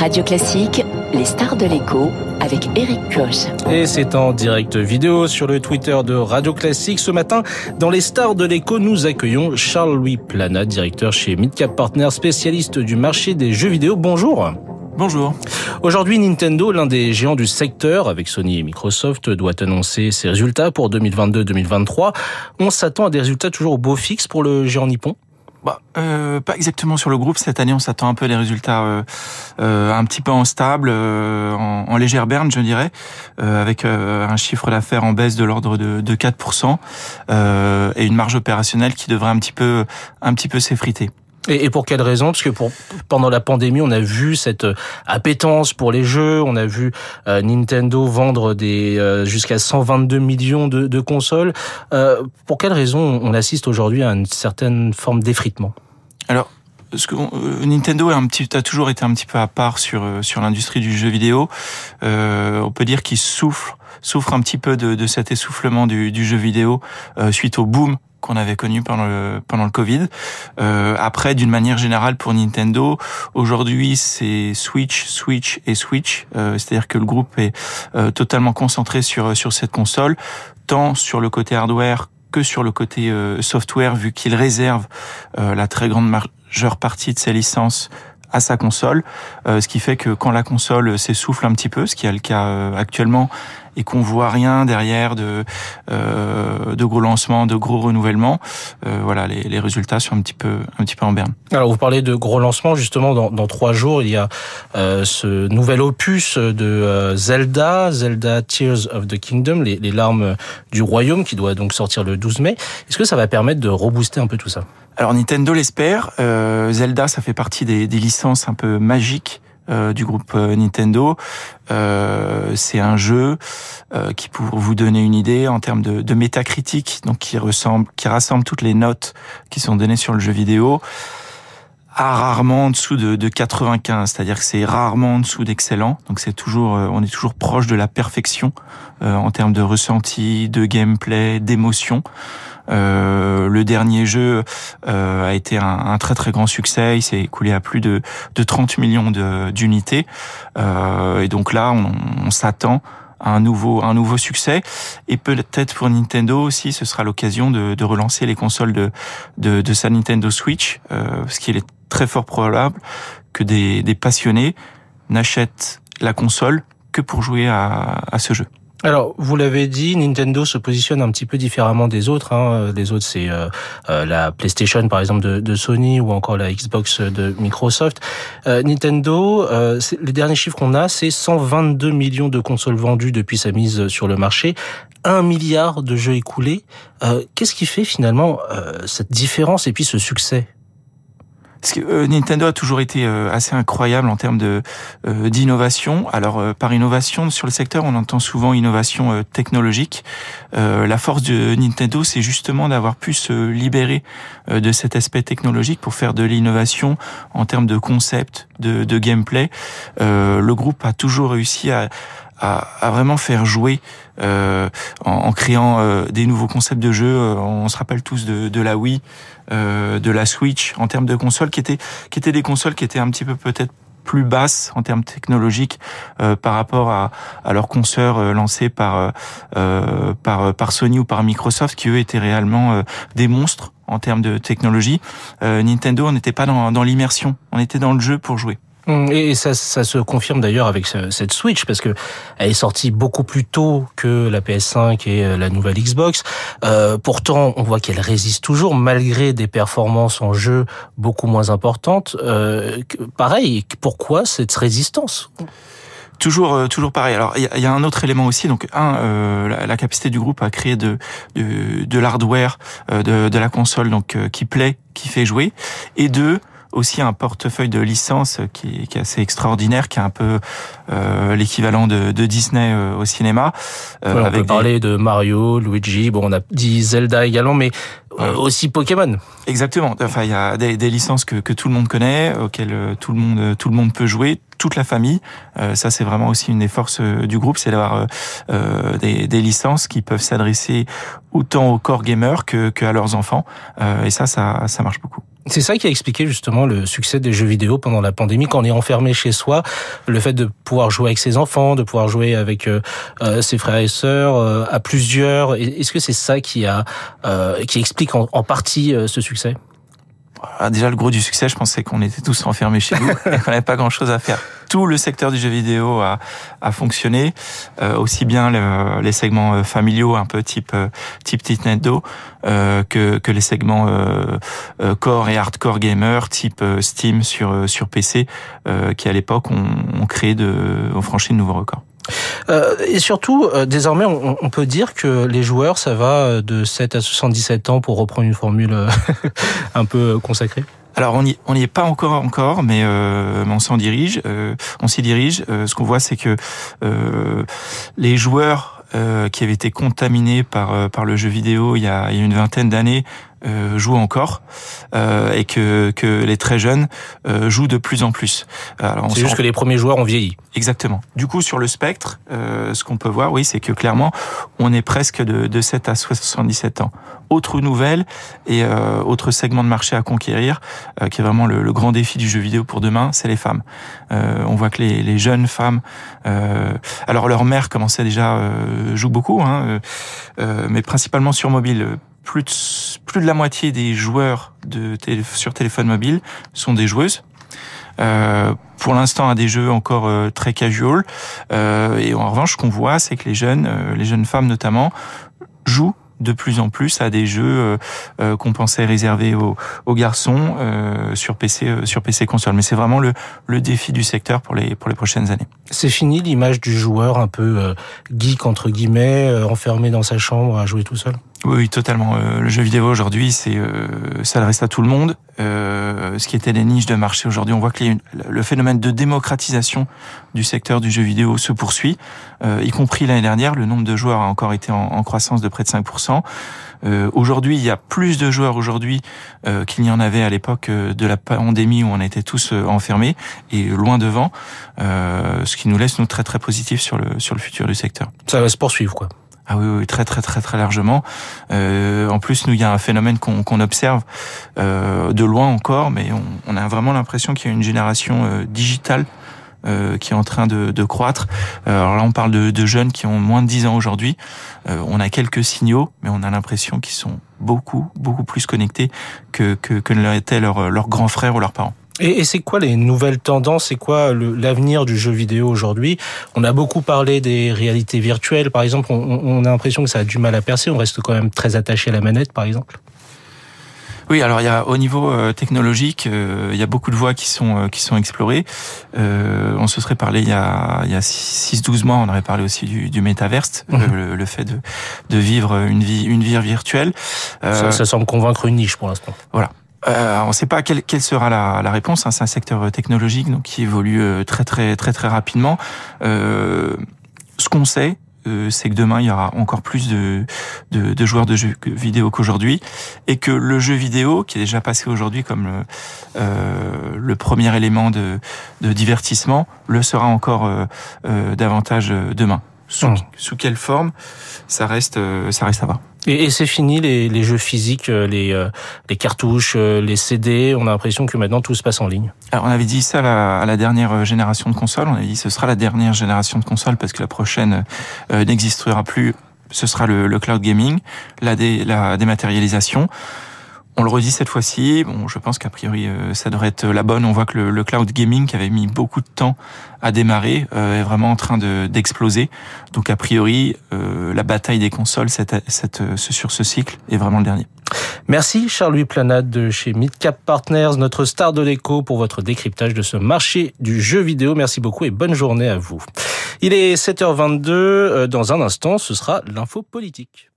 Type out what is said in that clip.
Radio Classique, les stars de l'écho avec Éric Koch. Et c'est en direct vidéo sur le Twitter de Radio Classique. Ce matin, dans les stars de l'écho, nous accueillons Charles-Louis Planat, directeur chez Midcap Partners, spécialiste du marché des jeux vidéo. Bonjour. Bonjour. Aujourd'hui, Nintendo, l'un des géants du secteur, avec Sony et Microsoft, doit annoncer ses résultats pour 2022-2023. On s'attend à des résultats toujours au beau fixe pour le géant nippon ? Pas exactement sur le groupe. Cette année, on s'attend un peu à des résultats un petit peu instables, en légère berne, je dirais, avec un chiffre d'affaires en baisse de l'ordre de 4%, et une marge opérationnelle qui devrait un petit peu s'effriter. Et pour quelle raison ? Parce que pendant la pandémie, on a vu cette appétence pour les jeux, on a vu Nintendo vendre jusqu'à 122 millions de consoles. Pour quelle raison on assiste aujourd'hui à une certaine forme d'effritement ? Alors, Nintendo a toujours été un petit peu à part sur l'industrie du jeu vidéo. On peut dire qu'il souffre un petit peu de cet essoufflement du jeu vidéo suite au boom qu'on avait connu pendant le Covid. Après, d'une manière générale pour Nintendo, aujourd'hui c'est Switch, c'est-à-dire que le groupe est totalement concentré sur cette console, tant sur le côté hardware que sur le côté software, vu qu'il réserve la très grande majeure partie de ses licences à sa console, ce qui fait que quand la console s'essouffle un petit peu, ce qui est le cas actuellement, et qu'on voit rien derrière de gros lancements, de gros renouvellements, voilà, les résultats sont un petit peu en berne. Alors vous parlez de gros lancements, justement dans 3 jours, il y a ce nouvel opus de Zelda Tears of the Kingdom, les larmes du royaume, qui doit donc sortir le 12 mai. Est-ce que ça va permettre de rebooster un peu tout ça ? Alors Nintendo l'espère. Zelda, ça fait partie des licences un peu magiques du groupe Nintendo. C'est un jeu qui, pour vous donner une idée, en termes de métacritique, donc qui rassemble toutes les notes qui sont données sur le jeu vidéo, a rarement en dessous de 95, c'est-à-dire que c'est rarement en dessous d'excellent. Donc on est toujours proche de la perfection en termes de ressenti, de gameplay, d'émotion. Le dernier jeu a été un très très grand succès. Il s'est écoulé à plus de 30 millions d'unités. Et donc là, on s'attend à un nouveau succès. Et peut-être pour Nintendo aussi, ce sera l'occasion de relancer les consoles de sa Nintendo Switch, parce qu'il est très fort probable que des passionnés n'achètent la console que pour jouer à ce jeu. Alors, vous l'avez dit, Nintendo se positionne un petit peu différemment des autres. Les autres, c'est la PlayStation, par exemple, de Sony, ou encore la Xbox de Microsoft. Nintendo, les derniers chiffres qu'on a, c'est 122 millions de consoles vendues depuis sa mise sur le marché, 1 milliard de jeux écoulés. Qu'est-ce qui fait finalement cette différence et puis ce succès ? Parce que Nintendo a toujours été assez incroyable en termes d'innovation. Alors par innovation sur le secteur, on entend souvent innovation technologique. La force de Nintendo, c'est justement d'avoir pu se libérer de cet aspect technologique pour faire de l'innovation en termes de concept, de gameplay. Le groupe a toujours réussi à vraiment faire jouer en créant des nouveaux concepts de jeu. On se rappelle tous de la Wii, de la Switch, en termes de consoles qui étaient des consoles qui étaient un petit peu peut-être plus basses en termes technologiques par rapport à leurs consoeurs lancés par Sony ou par Microsoft, qui eux étaient réellement des monstres en termes de technologie. Nintendo, on n'était pas dans l'immersion, on était dans le jeu pour jouer. Et ça se confirme d'ailleurs avec cette Switch, parce que elle est sortie beaucoup plus tôt que la PS5 et la nouvelle Xbox. Pourtant, on voit qu'elle résiste toujours malgré des performances en jeu beaucoup moins importantes. Pareil, pourquoi cette résistance ? Toujours pareil. Alors il y a un autre élément aussi. Donc la capacité du groupe à créer de l'hardware de la console, donc qui plaît, qui fait jouer, et 2, aussi un portefeuille de licences qui est assez extraordinaire, qui est un peu l'équivalent de Disney au cinéma. Voilà, on peut parler de Mario, Luigi, on a dit Zelda également, mais aussi Pokémon. Exactement. Enfin, il y a des licences que tout le monde connaît, auxquelles tout le monde peut jouer, toute la famille. Ça, c'est vraiment aussi une des forces du groupe, c'est d'avoir des licences qui peuvent s'adresser autant aux core gamers que à leurs enfants. Et ça marche beaucoup. C'est ça qui a expliqué justement le succès des jeux vidéo pendant la pandémie, quand on est enfermé chez soi, le fait de pouvoir jouer avec ses enfants, de pouvoir jouer avec ses frères et sœurs à plusieurs. Est-ce que c'est ça qui explique en partie ce succès? Déjà, le gros du succès, je pense, c'est qu'on était tous enfermés chez nous et qu'on n'avait pas grand-chose à faire. Tout le secteur du jeu vidéo a fonctionné, aussi bien les segments familiaux, un peu type Nintendo, que les segments core et hardcore gamer, type Steam sur PC, qui à l'époque ont franchi de nouveaux records. Et surtout, désormais, on peut dire que les joueurs, ça va de 7 à 77 ans, pour reprendre une formule un peu consacrée. Alors on n'y est pas encore, mais on s'y dirige. Ce qu'on voit, c'est que les joueurs qui avaient été contaminés par le jeu vidéo il y a une vingtaine d'années jouent encore, et que les très jeunes jouent de plus en plus. Alors, c'est juste que les premiers joueurs ont vieilli. Exactement. Du coup, sur le spectre, ce qu'on peut voir, oui, c'est que clairement, on est presque de 7 à 77 ans. Autre nouvelle et autre segment de marché à conquérir, qui est vraiment le grand défi du jeu vidéo pour demain, c'est les femmes. On voit que les jeunes femmes, alors leur mère commençait déjà joue beaucoup, mais principalement sur mobile. Plus de la moitié des joueurs sur téléphone mobile sont des joueuses. Pour l'instant, à des jeux encore très casual. Et en revanche, ce qu'on voit, c'est que les jeunes femmes notamment, jouent de plus en plus à des jeux qu'on pensait réservés aux garçons sur PC console. Mais c'est vraiment le défi du secteur pour les prochaines années. C'est fini l'image du joueur un peu geek entre guillemets, enfermé dans sa chambre à jouer tout seul. Oui, totalement. Le jeu vidéo aujourd'hui, ça s'adresse à tout le monde. Ce qui était les niches de marché aujourd'hui, on voit que le phénomène de démocratisation du secteur du jeu vidéo se poursuit. Y compris l'année dernière, le nombre de joueurs a encore été en croissance de près de 5%. Aujourd'hui, il y a plus de joueurs aujourd'hui qu'il n'y en avait à l'époque de la pandémie où on était tous enfermés, et loin devant, ce qui nous laisse nous très très positifs sur le futur du secteur. Ça va se poursuivre, quoi. Ah oui, très très très très largement. En plus, nous, il y a un phénomène qu'on observe de loin encore, mais on a vraiment l'impression qu'il y a une génération digitale qui est en train de croître. Alors là, on parle de jeunes qui ont moins de 10 ans aujourd'hui. On a quelques signaux, mais on a l'impression qu'ils sont beaucoup plus connectés que ne l'étaient leurs grands frères ou leurs parents. Et c'est quoi les nouvelles tendances? C'est quoi l'avenir du jeu vidéo aujourd'hui? On a beaucoup parlé des réalités virtuelles, par exemple. On a l'impression que ça a du mal à percer. On reste quand même très attaché à la manette, par exemple. Oui, alors au niveau technologique, il y a beaucoup de voies qui sont explorées. On se serait parlé il y a 6-12 mois, on aurait parlé aussi du métaverse, le fait de vivre une vie virtuelle. Ça semble convaincre une niche pour l'instant. Voilà. On ne sait pas quelle sera la réponse. C'est un secteur technologique donc qui évolue très très très très rapidement. Ce qu'on sait, c'est que demain il y aura encore plus de joueurs de jeux vidéo qu'aujourd'hui, et que le jeu vidéo, qui est déjà passé aujourd'hui comme le premier élément de divertissement, le sera encore davantage demain. Sous quelle forme, ça reste à voir. Et c'est fini les jeux physiques, les cartouches, les CD. On a l'impression que maintenant tout se passe en ligne. Alors on avait dit ça à la dernière génération de consoles. On avait dit que ce sera la dernière génération de consoles parce que la prochaine n'existera plus. Ce sera le cloud gaming, la dématérialisation. On le redit cette fois-ci. Bon, je pense qu'a priori ça devrait être la bonne. On voit que le cloud gaming, qui avait mis beaucoup de temps à démarrer, est vraiment en train d'exploser. Donc a priori, la bataille des consoles sur ce cycle est vraiment le dernier. Merci Charles-Louis Planade de chez Midcap Partners, notre star de l'écho, pour votre décryptage de ce marché du jeu vidéo. Merci beaucoup et bonne journée à vous. Il est 7h22. Dans un instant, ce sera l'info politique.